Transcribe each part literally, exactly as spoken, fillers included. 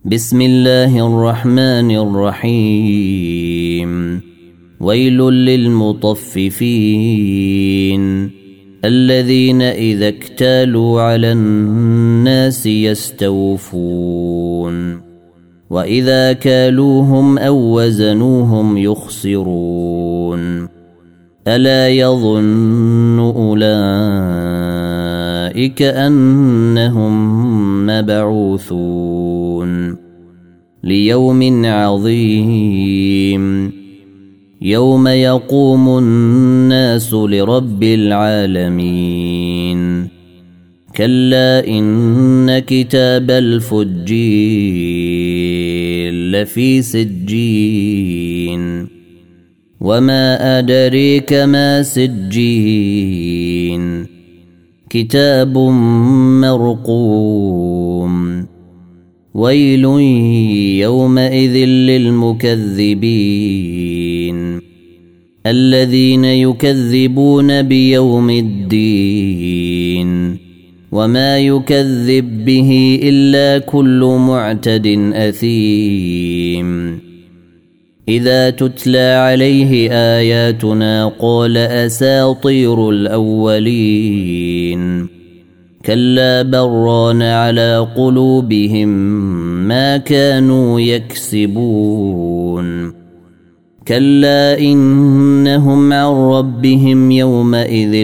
بسم الله الرحمن الرحيم ويل للمطففين الذين إذا اكتالوا على الناس يستوفون وإذا كالوهم أو وزنوهم يخسرون ألا يظن أولئك أنهم مبعوثون ليوم عظيم يوم يقوم الناس لرب العالمين كلا إن كتاب الفجير لفي سجين وما أدريك ما سجين كتاب مرقوم ويل يومئذ للمكذبين الذين يكذبون بيوم الدين وما يكذب به إلا كل معتد أثيم إذا تتلى عليه آياتنا قال أساطير الأولين كلا بران على قلوبهم ما كانوا يكسبون كلا إنهم عن ربهم يومئذ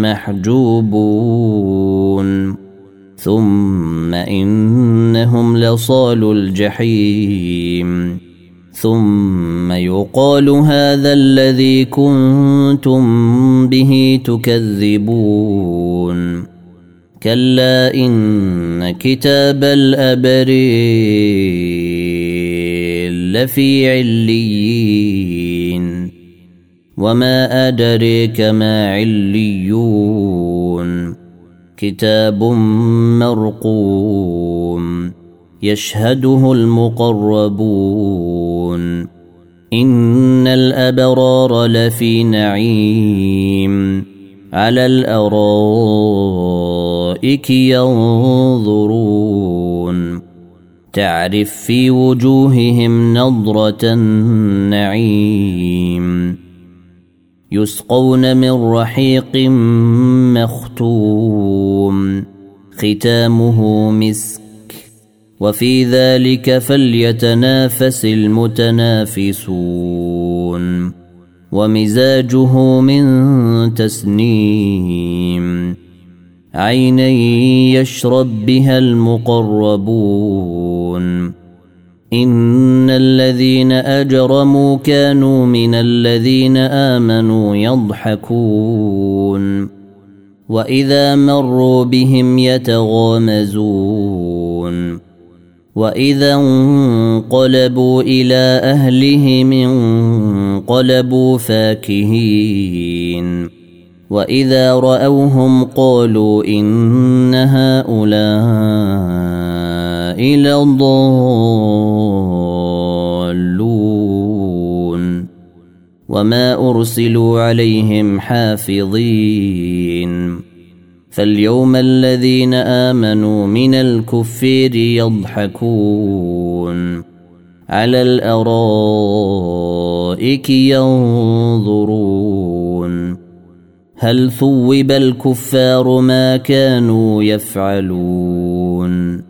لمحجوبون ثم إنهم لصالو الجحيم ثم يقال هذا الذي كنتم به تكذبون كلا إن كتاب الأبرير لفي عليين وما أدريك ما عليون كتاب مرقوم يشهده المقربون إن الأبرار لفي نعيم على الأرائك ينظرون تعرف في وجوههم نضرة النعيم يسقون من رحيق مختوم ختامه مسك وفي ذلك فليتنافس المتنافسون ومزاجه من تسنيم عينا يشرب بها المقربون إن الذين أجرموا كانوا من الذين آمنوا يضحكون وإذا مروا بهم يتغامزون وإذا انقلبوا إلى أهلهم انقلبوا فاكهين وإذا رأوهم قالوا إن هؤلاء لضالون وما أرسلوا عليهم حافظين فاليوم الذين آمنوا من الكفار يضحكون على الأرائك ينظرون هل ثوب الكفار ما كانوا يفعلون